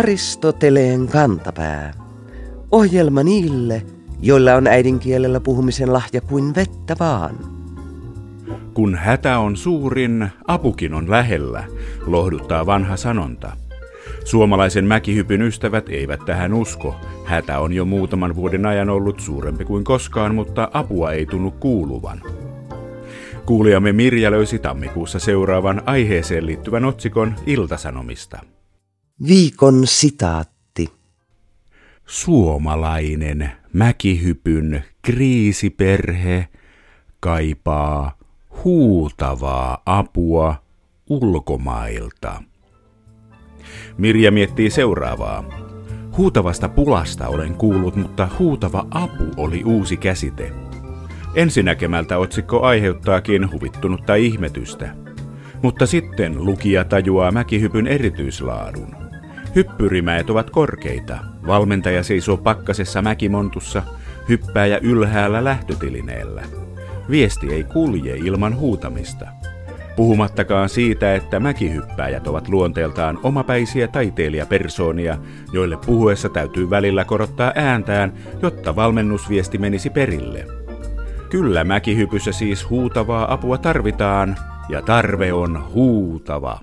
Aristoteleen kantapää. Ohjelma niille, joilla on äidinkielellä puhumisen lahja kuin vettä vaan. Kun hätä on suurin, apukin on lähellä, lohduttaa vanha sanonta. Suomalaisen mäkihypyn ystävät eivät tähän usko. Hätä on jo muutaman vuoden ajan ollut suurempi kuin koskaan, mutta apua ei tunnu kuuluvan. Kuulijamme Mirja löysi tammikuussa seuraavan aiheeseen liittyvän otsikon Ilta-Sanomista. Viikon sitaatti. Suomalainen mäkihypyn kriisiperhe kaipaa huutavaa apua ulkomailta. Mirja miettii seuraavaa. Huutavasta pulasta olen kuullut, mutta huutava apu oli uusi käsite. Ensinäkemältä otsikko aiheuttaakin huvittunutta ihmetystä. Mutta sitten lukija tajuaa mäkihypyn erityislaadun. Hyppyrimäet ovat korkeita. Valmentaja seisoo pakkasessa mäkimontussa, hyppääjä ylhäällä lähtötilineellä. Viesti ei kulje ilman huutamista. Puhumattakaan siitä, että mäkihyppääjät ovat luonteeltaan omapäisiä taiteilijapersoonia, joille puhuessa täytyy välillä korottaa ääntään, jotta valmennusviesti menisi perille. Kyllä mäkihypyssä siis huutavaa apua tarvitaan, ja tarve on huutava.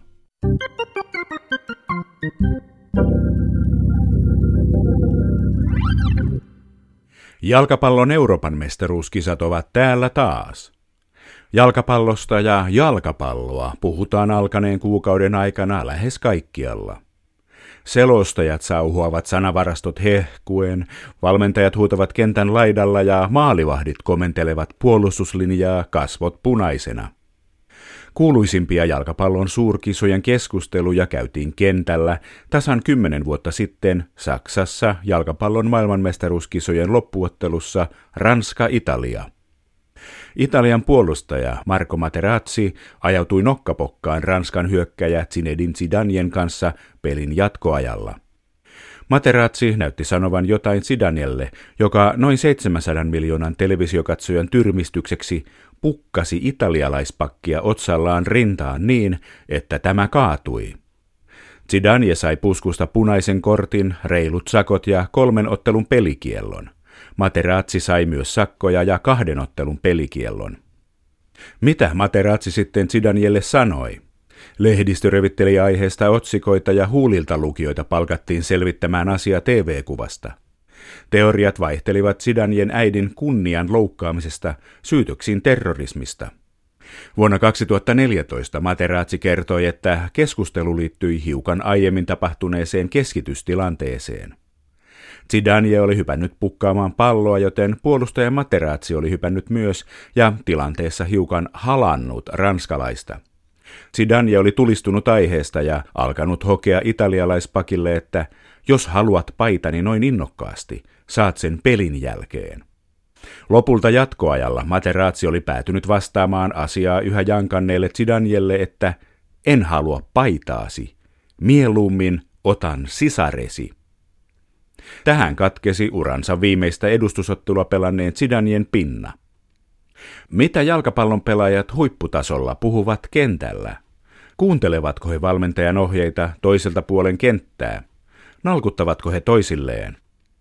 Jalkapallon Euroopan mestaruuskisat ovat täällä taas. Jalkapallosta ja jalkapalloa puhutaan alkaneen kuukauden aikana lähes kaikkialla. Selostajat sauhuavat sanavarastot hehkuen, valmentajat huutavat kentän laidalla ja maalivahdit komentelevat puolustuslinjaa kasvot punaisena. Kuuluisimpia jalkapallon suurkisojen keskusteluja käytiin kentällä tasan 10 vuotta sitten Saksassa jalkapallon maailmanmestaruuskisojen loppuottelussa Ranska-Italia. Italian puolustaja Marco Materazzi ajautui nokkapokkaan Ranskan hyökkäjä Zinedine Zidanen kanssa pelin jatkoajalla. Materazzi näytti sanovan jotain Zidanelle, joka noin 700 miljoonan televisiokatsojan tyrmistykseksi pukkasi italialaispakkia otsallaan rintaan niin, että tämä kaatui. Zidane sai puskusta punaisen kortin, reilut sakot ja 3 ottelun pelikiellon. Materazzi sai myös sakkoja ja 2 ottelun pelikiellon. Mitä Materazzi sitten Zidanelle sanoi? Lehdistö revitteli aiheesta otsikoita ja huulilta lukijoita palkattiin selvittämään asia TV-kuvasta. Teoriat vaihtelivat Zidanen äidin kunnian loukkaamisesta syytöksiin terrorismista. Vuonna 2014 Materazzi kertoi, että keskustelu liittyi hiukan aiemmin tapahtuneeseen keskitystilanteeseen. Zidane oli hypännyt pukkaamaan palloa, joten puolustaja Materazzi oli hypännyt myös ja tilanteessa hiukan halannut ranskalaista. Zidane oli tulistunut aiheesta ja alkanut hokea italialaispakille, että jos haluat paitani noin innokkaasti, saat sen pelin jälkeen. Lopulta jatkoajalla Materazzi oli päätynyt vastaamaan asiaa yhä jankanneelle Zidanelle, että en halua paitaasi, mieluummin otan sisaresi. Tähän katkesi uransa viimeistä edustusottelua pelanneen Zidanen pinna. Mitä jalkapallon pelaajat huipputasolla puhuvat kentällä? Kuuntelevatko he valmentajan ohjeita toiselta puolen kenttää? Nalkuttavatko he toisilleen?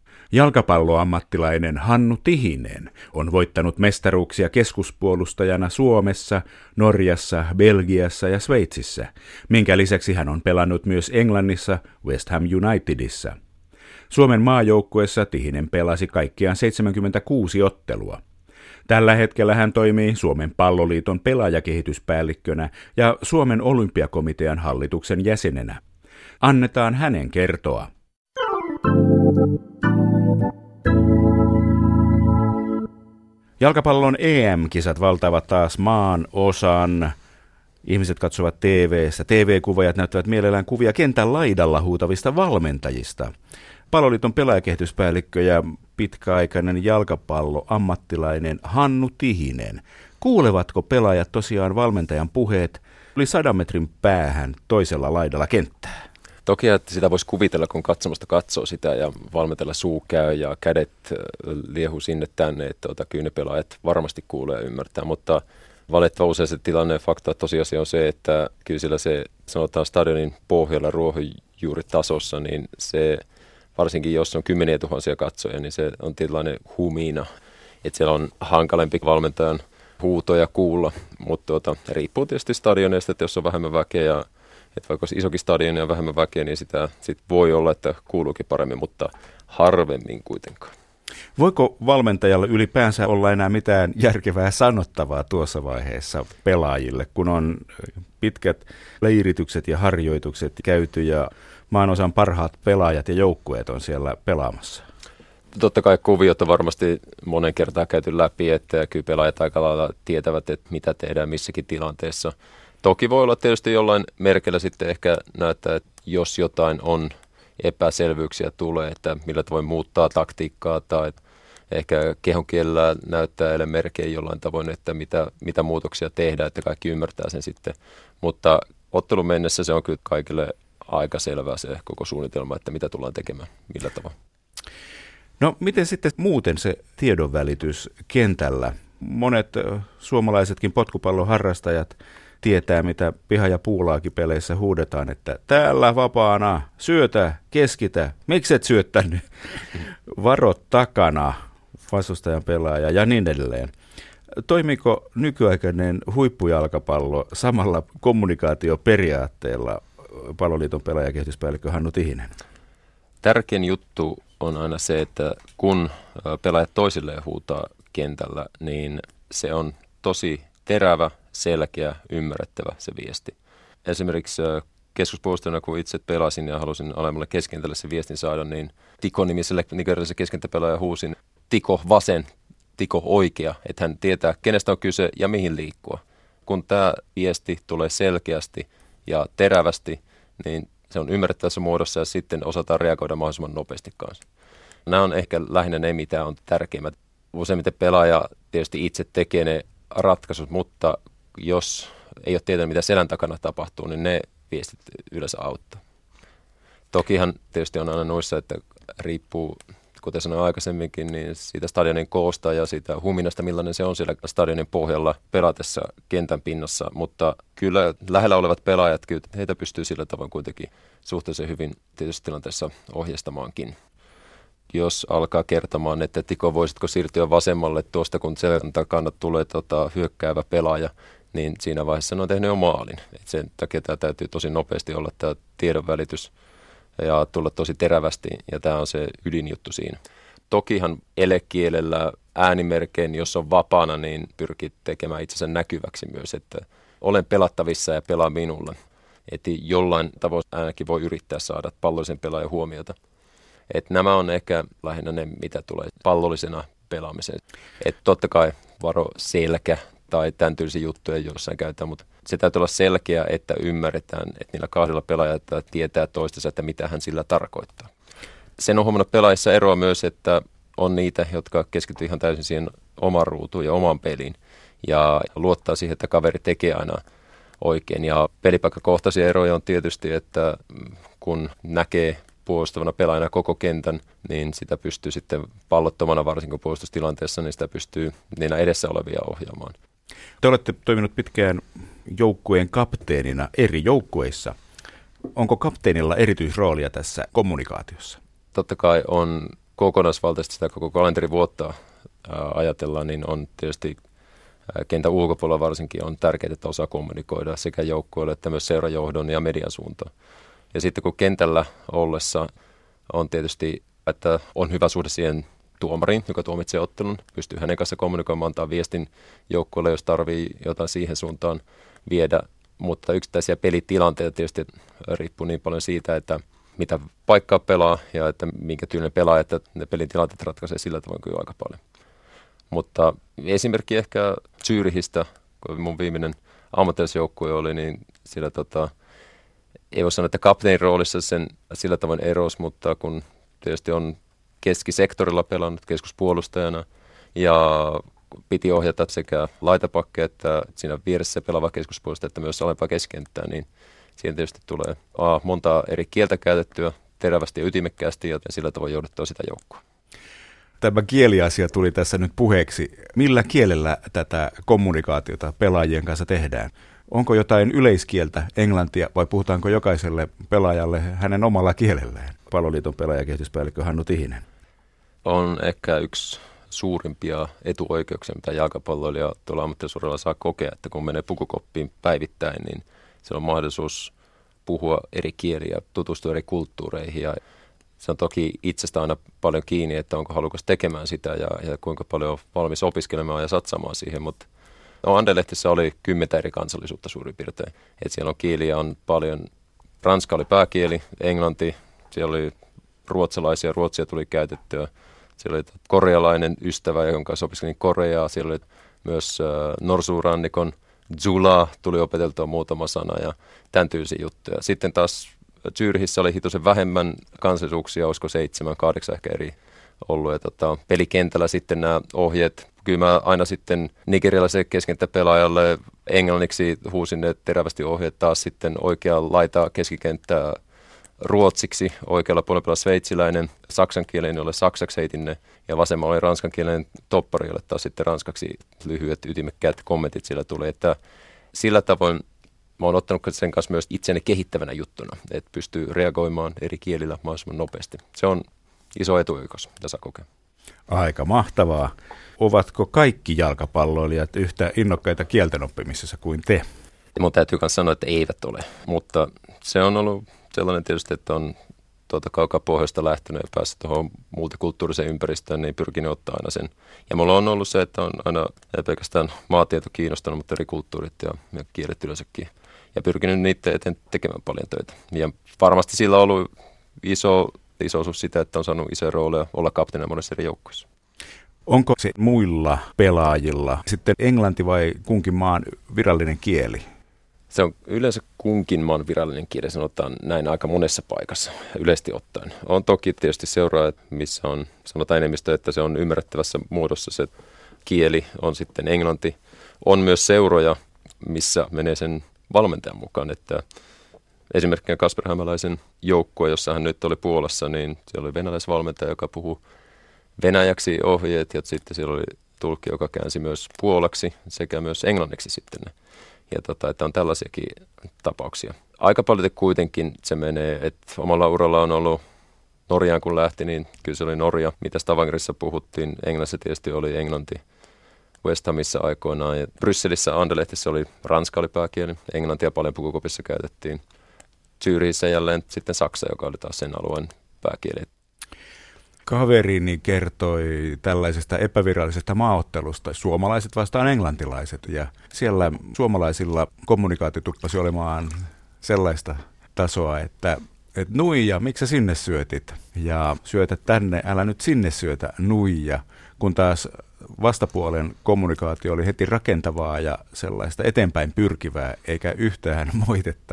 Jalkapalloammattilainen Hannu Tihinen on voittanut mestaruuksia keskuspuolustajana Suomessa, Norjassa, Belgiassa ja Sveitsissä, minkä lisäksi hän on pelannut myös Englannissa West Ham Unitedissa. Suomen maajoukkueessa Tihinen pelasi kaikkiaan 76 ottelua. Tällä hetkellä hän toimii Suomen palloliiton pelaajakehityspäällikkönä ja Suomen olympiakomitean hallituksen jäsenenä. Annetaan hänen kertoa. Jalkapallon EM-kisat valtaavat taas maan osan. Ihmiset katsovat TV:ssä. TV-kuvajat näyttävät mielellään kuvia kentän laidalla huutavista valmentajista. Palloliiton pelaajakehityspäällikkö ja pitkäaikainen jalkapalloammattilainen Hannu Tihinen. Kuulevatko pelaajat tosiaan valmentajan puheet yli 100 metrin päähän toisella laidalla kenttää? Toki että sitä voisi kuvitella, kun katsomasta katsoo sitä ja valmentella suu käy ja kädet liehu sinne tänne, että kyllä ne pelaajat varmasti kuulee ja ymmärtää, mutta valitettava usein se tilanne ja fakta tosiasia on se, että kyllä siellä se sanotaan stadionin pohjalla ruohonjuuritasossa, niin se, varsinkin jos on kymmeniä tuhansia katsojia, niin se on tietynlainen humina. Että siellä on hankalempi valmentajan huutoja kuulla, mutta riippuu tietysti stadioneista, että jos on vähemmän väkeä ja että vaikka olisi isokin stadioni ja vähemmän väkeä, niin sitä sit voi olla, että kuuluukin paremmin, mutta harvemmin kuitenkaan. Voiko valmentajalle ylipäänsä olla enää mitään järkevää sanottavaa tuossa vaiheessa pelaajille, kun on pitkät leiritykset ja harjoitukset käyty ja maanosan parhaat pelaajat ja joukkueet on siellä pelaamassa? Totta kai kuviot on varmasti monen kertaa käyty läpi, että kyllä pelaajat aika lailla tietävät, että mitä tehdään missäkin tilanteessa. Toki voi olla tietysti jollain merkillä sitten ehkä näyttää, että jos jotain on epäselvyyksiä tulee, että millä tavoin muuttaa taktiikkaa tai ehkä kehonkielellä näyttää eilen merkejä jollain tavoin, että mitä muutoksia tehdään, että kaikki ymmärtää sen sitten. Mutta ottelun mennessä se on kyllä kaikille aika selvää se koko suunnitelma, että mitä tullaan tekemään, millä tavalla. No miten sitten muuten se tiedonvälitys kentällä? Monet suomalaisetkin potkupallon harrastajat tietää, mitä piha- ja puulaakipeleissä huudetaan, että täällä vapaana, syötä, keskitä, mikset syöttänyt, varo takana, vastustajan pelaaja ja niin edelleen. Toimiko nykyaikainen huippujalkapallo samalla kommunikaatioperiaatteella, Palloliiton pelaajakehityspäällikkö Hannu Tihinen? Tärkein juttu on aina se, että kun pelaajat toisilleen huutaa kentällä, niin se on tosi terävä, selkeä, ymmärrettävä se viesti. Esimerkiksi keskuspuolustajana, kun itse pelasin ja halusin alemmalle keskentälle se viestin saada, niin Tiko-nimiselle nigerialaiselle keskentäpelaaja huusin Tiko vasen, Tiko oikea, että hän tietää, kenestä on kyse ja mihin liikkua. Kun tämä viesti tulee selkeästi ja terävästi, niin se on ymmärrettävässä muodossa ja sitten osataan reagoida mahdollisimman nopeasti kanssa. Nämä on ehkä lähinnä ne, mitä on tärkeimmät. Useimmiten pelaaja tietysti itse tekee ne ratkaisut, mutta jos ei ole tietänyt, mitä selän takana tapahtuu, niin ne viestit yleensä auttaa. Tokihan tietysti on aina noissa, että riippuu, kuten sanoin aikaisemminkin, niin siitä stadionin koosta ja siitä huminasta, millainen se on siellä stadionin pohjalla pelatessa kentän pinnassa. Mutta kyllä lähellä olevat pelaajat, kyllä heitä pystyy sillä tavoin kuitenkin suhteellisen hyvin tietysti tilanteessa ohjeistamaankin. Jos alkaa kertomaan, että Tiko, voisitko siirtyä vasemmalle tuosta, kun selän takana tulee hyökkäävä pelaaja, niin siinä vaiheessa ne on tehnyt jo maalin. Et sen takia tämä täytyy tosi nopeasti olla tämä tiedonvälitys ja tulla tosi terävästi, ja tämä on se ydinjuttu siinä. Tokihan elekielellä äänimerkein, jos on vapaana, niin pyrkii tekemään itsensä näkyväksi myös, että olen pelattavissa ja pelaa minulla. Että jollain tavoin ainakin voi yrittää saada pallollisen pelaajan huomiota. Että nämä on ehkä lähinnä ne, mitä tulee pallollisena pelaamiseen. Että totta kai varo selkä tai tämän tyylisiä juttuja jossain käytetään, mutta se täytyy olla selkeä, että ymmärretään, että niillä kahdella pelaajalla tietää toistensa, että mitä hän sillä tarkoittaa. Sen on huomannut pelaajissa eroa myös, että on niitä, jotka keskittyy ihan täysin siihen omaan ruutuun ja omaan peliin ja luottaa siihen, että kaveri tekee aina oikein. Ja pelipaikkakohtaisia eroja on tietysti, että kun näkee puolustavana pelaajana koko kentän, niin sitä pystyy sitten pallottomana, varsinkin puolustustilanteessa, niin sitä pystyy niinä edessä olevia ohjaamaan. Te olette toiminut pitkään joukkueen kapteenina eri joukkueissa. Onko kapteenilla erityisroolia tässä kommunikaatiossa? Totta kai on kokonaisvaltaisesti sitä koko kalenterivuotta ajatellaan, niin on tietysti kentän ulkopuolella varsinkin on tärkeää, että osaa kommunikoida sekä joukkueelle että myös seurajohdon ja median suuntaan. Ja sitten kun kentällä ollessa on tietysti, että on hyvä suhde siihen tuomariin, joka tuomitsee ottelun, pystyy hänen kanssa kommunikoimaan, antaa viestin joukkueelle, jos tarvii jotain siihen suuntaan viedä. Mutta yksittäisiä pelitilanteita tietysti riippuu niin paljon siitä, että mitä paikkaa pelaa ja että minkä tyylinen pelaa, että ne pelitilanteet ratkaisee sillä tavoin kyllä aika paljon. Mutta esimerkki ehkä Zürihistä, kun mun viimeinen ammattilaisjoukkue oli, niin sillä ei voi sanoa, että kapteenin roolissa sen sillä tavoin eros, mutta kun tietysti on keskisektorilla pelannut keskuspuolustajana ja piti ohjata sekä laitapakkeja että siinä vieressä pelaava keskuspuolustaja että myös alempaa keskenttää, niin siihen tietysti tulee monta eri kieltä käytettyä terävästi ja ytimekkäästi ja sillä tavoin johdettua sitä joukkoa. Tämä kieliasia tuli tässä nyt puheeksi. Millä kielellä tätä kommunikaatiota pelaajien kanssa tehdään? Onko jotain yleiskieltä, englantia, vai puhutaanko jokaiselle pelaajalle hänen omalla kielellään? Palloliiton pelaajakehityspäällikkö Hannu Tihinen. On ehkä yksi suurimpia etuoikeuksia, mitä jalkapalloilija tuolla ammattilaisuudella saa kokea, että kun menee pukukoppiin päivittäin, niin siellä on mahdollisuus puhua eri kieliä, tutustua eri kulttuureihin ja se on toki itsestä aina paljon kiinni, että onko halukas tekemään sitä ja kuinka paljon on valmis opiskelemaan ja satsamaan siihen, mutta Anderlehtissä oli 10 eri kansallisuutta suurin piirtein. Et siellä on kieliä on paljon. Ranska oli pääkieli, englanti, siellä oli ruotsalaisia, ruotsia tuli käytettyä. Siellä oli korealainen ystävä, jonka kanssa opiskelin koreaa. Siellä oli myös norsuurannikon zula, tuli opeteltua muutama sana ja tämän tyylisiä juttuja. Sitten taas Zürichissä oli hitusen vähemmän kansallisuuksia, olisiko 7-8 ehkä eri ollut. Ja pelikentällä sitten nämä ohjeet, kyllä mä aina sitten nigerialaiselle keskenttäpelaajalle englanniksi huusin ne terävästi ohjeet, taas sitten oikea laita keskikenttää ruotsiksi, oikealla puolella pelasi sveitsiläinen, saksankielinen, jolle saksaksi heitin ne, ja vasemmalla oli ranskankielinen toppari, jolle taas sitten ranskaksi lyhyet ytimekkäät kommentit sillä tuli, että sillä tavoin mä oon ottanut sen kanssa myös itseni kehittävänä juttuna, että pystyy reagoimaan eri kielillä mahdollisimman nopeasti. Se on iso etuoikeus, mitä saa kokea. Aika mahtavaa. Ovatko kaikki jalkapalloilijat yhtä innokkaita kielten oppimisessa kuin te? Mun täytyy myös sanoa, että eivät ole, mutta se on ollut sellainen tietysti, että on kaukaa pohjoista lähtenyt ja päässyt tuohon multikulttuuriseen ympäristöön, niin pyrkinyt ottaa aina sen. Ja mulla on ollut se, että on aina ei pelkästään maatieto kiinnostanut, mutta eri kulttuurit ja kielet yleensäkin. Ja pyrkinyt niiden eteen tekemään paljon töitä. Ja varmasti sillä on ollut iso osuus sitä, että on saanut isoja rooleja olla kapteenina monessa eri joukkueessa. Onko se muilla pelaajilla sitten englanti vai kunkin maan virallinen kieli? Se on yleensä kunkin maan virallinen kieli, sanotaan näin aika monessa paikassa yleisesti ottaen. On toki tietysti seuraa, missä on, sanotaan enemmistö, että se on ymmärrettävässä muodossa se kieli, on sitten englanti. On myös seuroja, missä menee sen valmentajan mukaan, että esimerkkinä Kasper Hämäläisen joukkue, jossa hän nyt oli Puolassa, niin siellä oli venäläisvalmentaja, joka puhui venäjäksi ohjeet ja sitten siellä oli tulkki, joka käänsi myös puolaksi sekä myös englanniksi sitten. Ja että on tällaisiakin tapauksia. Aika paljon kuitenkin se menee, että omalla uralla on ollut Norjaan kun lähti, niin kyllä se oli Norja. Mitä Stavangerissa puhuttiin, Englannissa tietysti oli englanti. West Hamissa aikoinaan ja Brysselissä Anderlehtissä oli ranska oli pääkieli, englantia paljon pukukopissa käytettiin. Zürichissä jälleen sitten saksa, joka oli taas sen alueen pääkieli. Kaverini kertoi tällaisesta epävirallisesta maaottelusta, suomalaiset vastaan englantilaiset, ja siellä suomalaisilla kommunikaatio tuppasi olemaan sellaista tasoa, että nuija, miksi sä sinne syötit? Ja syötä tänne, älä nyt sinne syötä, nuija, kun taas vastapuolen kommunikaatio oli heti rakentavaa ja sellaista eteenpäin pyrkivää, eikä yhtään moitetta.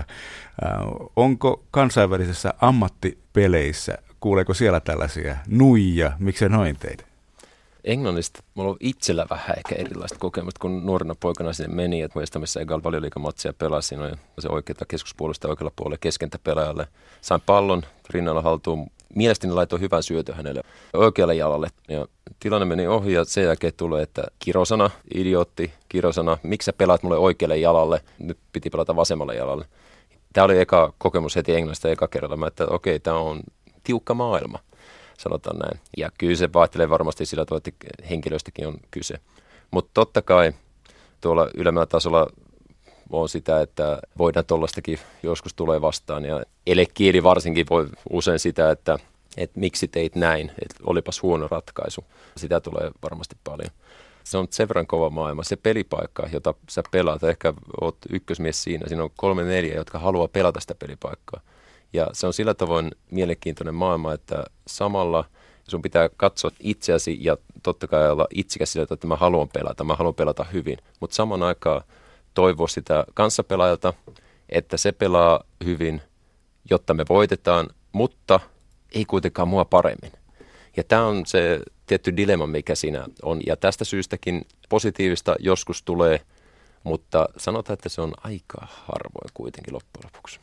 Onko kansainvälisessä ammattipeleissä, kuuleeko siellä tällaisia nuija, miksi sä noin teit? Englannista mulla on itsellä vähän ehkä erilaista kokemusta, kun nuorena poikana sinne meni, että Westamissa Egal valioliigamatsia pelasin, ja se oikeata keskuspuolesta oikealla puolella keskentäpelaajalle. Sain pallon rinnalla haltuun. Mielestäni laitoin hyvän syötön hänelle oikealle jalalle. Ja tilanne meni ohi ja sen jälkeen tulee, että kirosana, idiootti, kirosana, miksi sä pelaat mulle oikealle jalalle? Nyt piti pelata vasemmalle jalalle. Tämä oli eka kokemus heti Englannista eka kerralla, että okei, tämä on tiukka maailma, sanotaan näin. Ja kyllä se vaihtelee varmasti sillä tavalla, että henkilöstäkin on kyse. Mutta totta kai tuolla ylemmällä tasolla on sitä, että voidaan tuollaistakin joskus tulee vastaan. Ja elekieli varsinkin voi usein sitä, että miksi teit näin, että olipas huono ratkaisu. Sitä tulee varmasti paljon. Se on sen verran kova maailma. Se pelipaikka, jota sä pelaat, ehkä oot ykkösmies siinä. Siinä on 3-4, jotka haluaa pelata sitä pelipaikkaa. Ja se on sillä tavoin mielenkiintoinen maailma, että samalla sun pitää katsoa itseäsi ja totta kai olla itsikäs sillä, että mä haluan pelata hyvin. Mutta saman aikaan toivoa sitä kanssapelaajalta, että se pelaa hyvin, jotta me voitetaan, mutta ei kuitenkaan mua paremmin. Ja tämä on se tietty dilemma, mikä siinä on. Ja tästä syystäkin positiivista joskus tulee, mutta sanotaan, että se on aika harvoin kuitenkin loppujen lopuksi.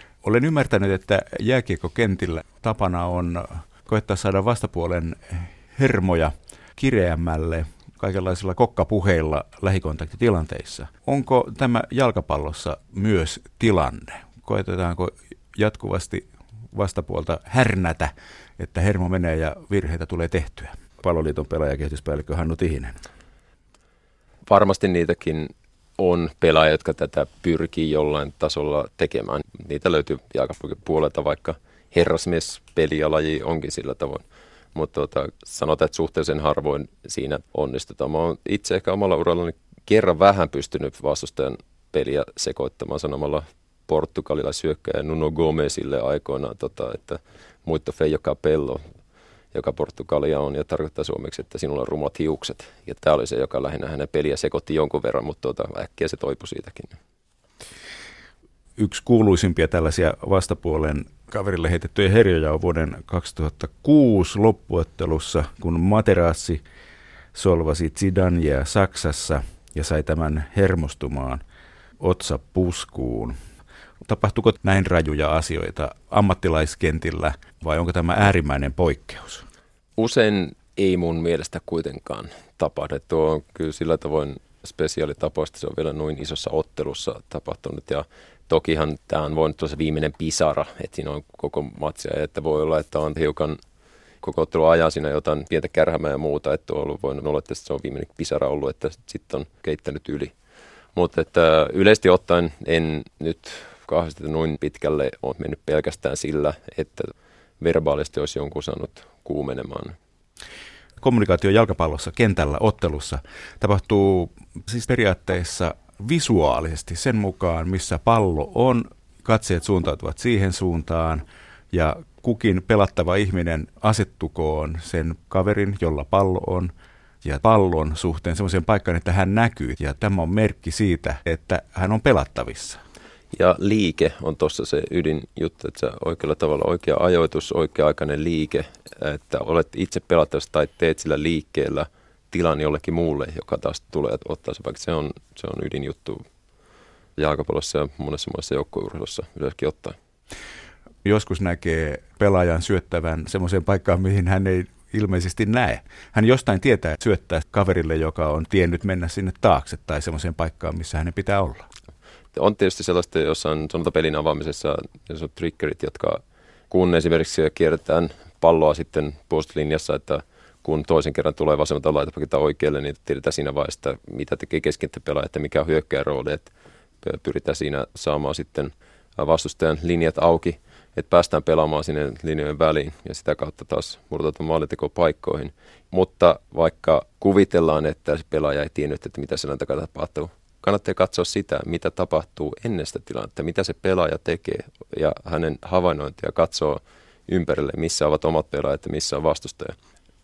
Olen ymmärtänyt, että jääkiekkokentillä tapana on koettaa saada vastapuolen hermoja kireämmälle kaikenlaisilla kokkapuheilla lähikontaktitilanteissa. Onko tämä jalkapallossa myös tilanne? Koetetaanko jatkuvasti vastapuolta härnätä, että hermo menee ja virheitä tulee tehtyä? Palloliiton pelaajakehityspäällikkö Hannu Tihinen. Varmasti niitäkin on pelaajia, jotka tätä pyrkii jollain tasolla tekemään. Niitä löytyy jalkapallopuolelta, vaikka herrasmies-pelialaji onkin sillä tavoin. Mutta sanotaan, että suhteellisen harvoin siinä onnistutaan. Mä oon itse ehkä omalla urallani kerran vähän pystynyt vastustajan peliä sekoittamaan sanomalla portugalilaishyökkäjä Nuno Gomezille aikoinaan, että muito feio capello, joka Portugalia on ja tarkoittaa suomeksi, että sinulla on rumat hiukset. Ja tämä oli se, joka lähinnä hänen peliä sekoitti jonkun verran, mutta äkkiä se toipui siitäkin. Yksi kuuluisimpia tällaisia vastapuolen kaverille heitettyjä herjoja on vuoden 2006 loppuottelussa, kun Materazzi solvasi Zidania Saksassa ja sai tämän hermostumaan otsapuskuun. Tapahtuuko näin rajuja asioita ammattilaiskentillä vai onko tämä äärimmäinen poikkeus? Usein ei mun mielestä kuitenkaan tapahdu. Tuo on kyllä sillä tavoin spesiaalitapaus, se on vielä noin isossa ottelussa tapahtunut ja tokihan tämä on voinut olla se viimeinen pisara, että siinä on koko matsia, että voi olla, että on hiukan koko ottelu ajaa siinä jotain pientä kärhämää ja muuta, että on voinut olla, että se on viimeinen pisara ollut, että sitten on keittänyt yli. Mutta että yleisesti ottaen en nyt kauheasti noin pitkälle ole mennyt pelkästään sillä, että verbaalisesti olisi jonkun saanut kuumenemaan. Kommunikaatio jalkapallossa, kentällä, ottelussa tapahtuu siis periaatteessa visuaalisesti sen mukaan, missä pallo on. Katseet suuntautuvat siihen suuntaan ja kukin pelattava ihminen asettukoon sen kaverin, jolla pallo on, ja pallon suhteen sellaiseen paikkaan, että hän näkyy. Ja tämä on merkki siitä, että hän on pelattavissa. Ja liike on tuossa se ydinjuttu, että se oikealla tavalla oikea ajoitus, oikea-aikainen liike, että olet itse pelattavassa tai teet sillä liikkeellä tilan jollekin muulle, joka taas tulee ottaa se, vaikka se on ydinjuttu jalkapallossa ja monessa muassa joukkueurheilussa yleensäkin ottaen. Joskus näkee pelaajan syöttävän semmoiseen paikkaan, mihin hän ei ilmeisesti näe. Hän jostain tietää syöttää kaverille, joka on tiennyt mennä sinne taakse tai semmoiseen paikkaan, missä hänen pitää olla. On tietysti sellaista, jossain pelin avaamisessa, jos on triggerit, jotka kun esimerkiksi kierretään palloa sitten puolustuslinjassa, että kun toisen kerran tulee vasemmalta laitapakilta oikealle, niin tiedetään siinä vaiheessa, mitä tekee keskenttäpelaaja, että mikä on hyökkääjän rooli, että pyritään siinä saamaan sitten vastustajan linjat auki, että päästään pelaamaan sinne linjojen väliin ja sitä kautta taas murtautua maalintekopaikkoihin. Mutta vaikka kuvitellaan, että se pelaaja ei tiennyt, että mitä siellä takana tapahtuu, kannattaa katsoa sitä, mitä tapahtuu ennen sitä tilannetta, mitä se pelaaja tekee ja hänen havainnointia katsoa ympärille, missä ovat omat pelaajat ja missä on vastustaja.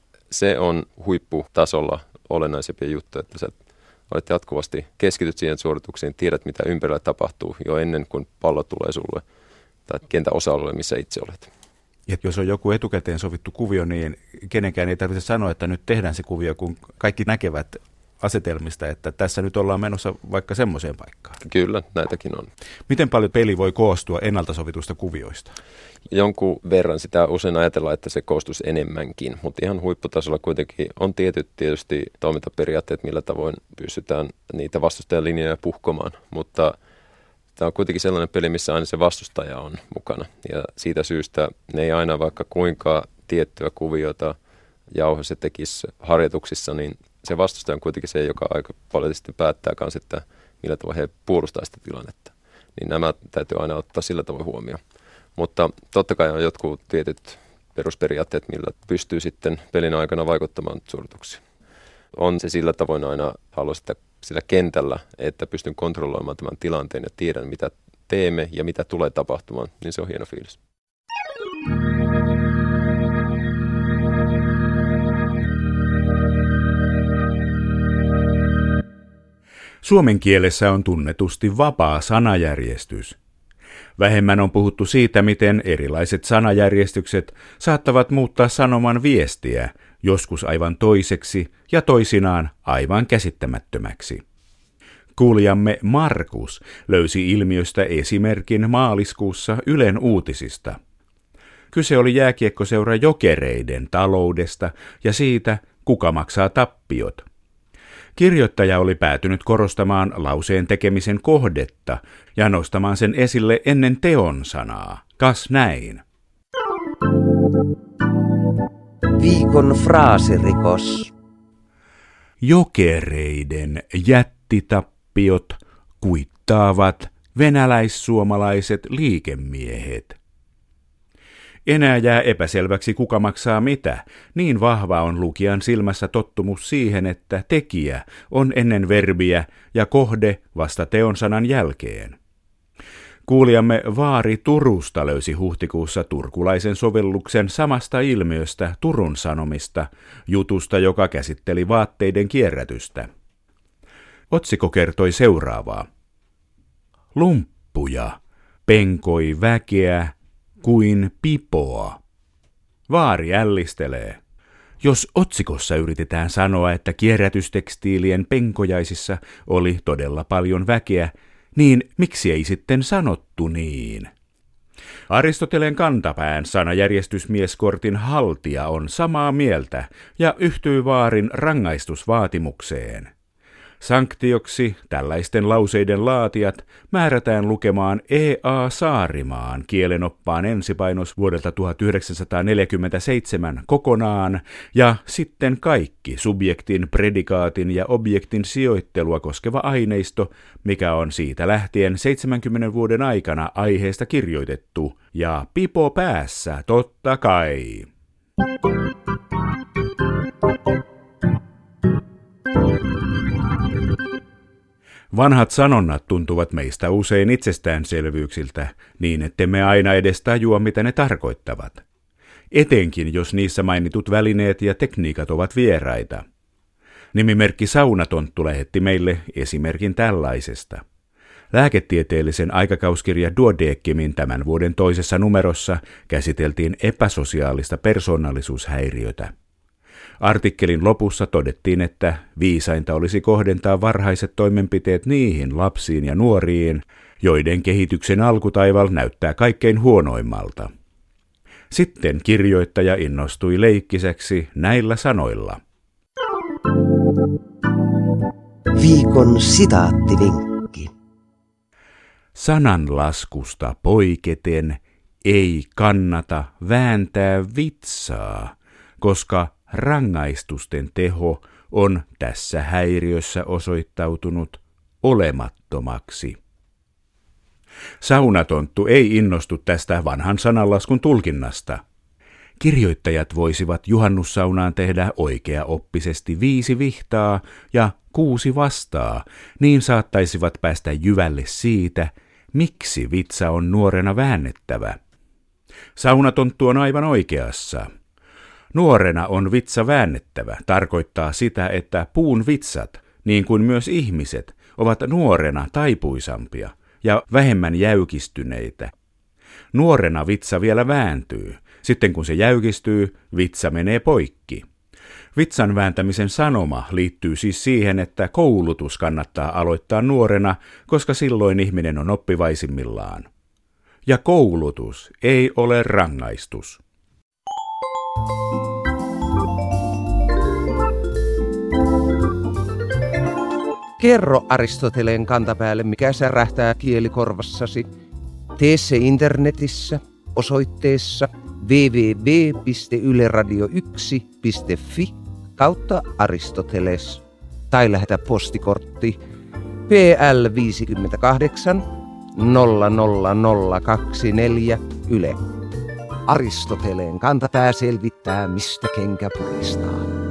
Se on huipputasolla olennaisempia juttuja, että sä olet jatkuvasti keskityt siihen suorituksiin, tiedät mitä ympärillä tapahtuu jo ennen kuin pallo tulee sulle tai kentän osa-alueelle, missä itse olet. Ja jos on joku etukäteen sovittu kuvio, niin kenenkään ei tarvitse sanoa, että nyt tehdään se kuvio, kun kaikki näkevät asetelmista, että tässä nyt ollaan menossa vaikka semmoiseen paikkaan. Kyllä, näitäkin on. Miten paljon peli voi koostua ennalta sovituista kuvioista? Jonkun verran sitä usein ajatellaan, että se koostuisi enemmänkin, mutta ihan huipputasolla kuitenkin on tietysti toimintaperiaatteet, millä tavoin pystytään niitä vastustajan linjoja puhkomaan, mutta tämä on kuitenkin sellainen peli, missä aina se vastustaja on mukana ja siitä syystä ne ei aina vaikka kuinka tiettyä kuviota jauho se tekisi harjoituksissa, niin se vastustaja on kuitenkin se, joka aika paljon sitten päättää kanssa, että millä tavalla he puolustaa sitä tilannetta. Niin nämä täytyy aina ottaa sillä tavoin huomioon. Mutta totta kai on jotkut tietyt perusperiaatteet, millä pystyy sitten pelin aikana vaikuttamaan suorituksiin. On se sillä tavoin aina haluaa sitä sillä kentällä, että pystyn kontrolloimaan tämän tilanteen ja tiedän, mitä teemme ja mitä tulee tapahtumaan, niin se on hieno fiilis. Suomen kielessä on tunnetusti vapaa sanajärjestys. Vähemmän on puhuttu siitä, miten erilaiset sanajärjestykset saattavat muuttaa sanoman viestiä, joskus aivan toiseksi ja toisinaan aivan käsittämättömäksi. Kuulijamme Markus löysi ilmiöstä esimerkin maaliskuussa Ylen uutisista. Kyse oli jääkiekkoseura Jokereiden taloudesta ja siitä, kuka maksaa tappiot. Kirjoittaja oli päätynyt korostamaan lauseen tekemisen kohdetta ja nostamaan sen esille ennen teon sanaa. Kas näin. Viikon fraasirikos. Jokereiden jättitappiot kuittaavat venäläissuomalaiset liikemiehet. Enää jää epäselväksi, kuka maksaa mitä. Niin vahva on lukijan silmässä tottumus siihen, että tekijä on ennen verbiä ja kohde vasta teonsanan jälkeen. Kuulijamme Vaari Turusta löysi huhtikuussa turkulaisen sovelluksen samasta ilmiöstä Turun Sanomista, jutusta, joka käsitteli vaatteiden kierrätystä. Otsikko kertoi seuraavaa. Lumppuja penkoi väkeä kuin pipoa. Vaari ällistelee. Jos otsikossa yritetään sanoa, että kierrätystekstiilien penkojaisissa oli todella paljon väkeä, niin miksi ei sitten sanottu niin? Aristoteleen kantapään sanajärjestysmieskortin haltija on samaa mieltä ja yhtyy Vaarin rangaistusvaatimukseen. Sanktioksi tällaisten lauseiden laatijat määrätään lukemaan E.A. Saarimaan kielenoppaan ensipainos vuodelta 1947 kokonaan ja sitten kaikki subjektin, predikaatin ja objektin sijoittelua koskeva aineisto, mikä on siitä lähtien 70 vuoden aikana aiheesta kirjoitettu, ja pipo päässä totta kai. Vanhat sanonnat tuntuvat meistä usein itsestäänselvyyksiltä, niin ettemme aina edes tajua, mitä ne tarkoittavat. Etenkin, jos niissä mainitut välineet ja tekniikat ovat vieraita. Nimimerkki Saunatonttu lähetti meille esimerkin tällaisesta. Lääketieteellisen aikakauskirja Duodecimin tämän vuoden toisessa numerossa käsiteltiin epäsosiaalista persoonallisuushäiriötä. Artikkelin lopussa todettiin, että viisainta olisi kohdentaa varhaiset toimenpiteet niihin lapsiin ja nuoriin, joiden kehityksen alkutaival näyttää kaikkein huonoimmalta. Sitten kirjoittaja innostui leikkiseksi näillä sanoilla. Viikon sitaattivinkki. Sananlaskusta poiketen ei kannata vääntää vitsaa, koska rangaistusten teho on tässä häiriössä osoittautunut olemattomaksi. Saunatonttu ei innostu tästä vanhan sananlaskun tulkinnasta. Kirjoittajat voisivat juhannussaunaan tehdä oikeaoppisesti 5 vihtaa ja 6 vastaa, niin saattaisivat päästä jyvälle siitä, miksi vitsa on nuorena väännettävä. Saunatonttu on aivan oikeassa. Nuorena on vitsa väännettävä tarkoittaa sitä, että puun vitsat, niin kuin myös ihmiset, ovat nuorena taipuisampia ja vähemmän jäykistyneitä. Nuorena vitsa vielä vääntyy. Sitten kun se jäykistyy, vitsa menee poikki. Vitsan vääntämisen sanoma liittyy siis siihen, että koulutus kannattaa aloittaa nuorena, koska silloin ihminen on oppivaisimmillaan. Ja koulutus ei ole rangaistus. Kerro Aristoteleen kantapäälle, mikä särähtää kielikorvassasi. Tee se internetissä osoitteessa www.yleradio1.fi/Aristoteles tai lähetä postikortti PL 58 00024 Yle. Aristoteleen kantapää selvittää, mistä kenkä puristaa.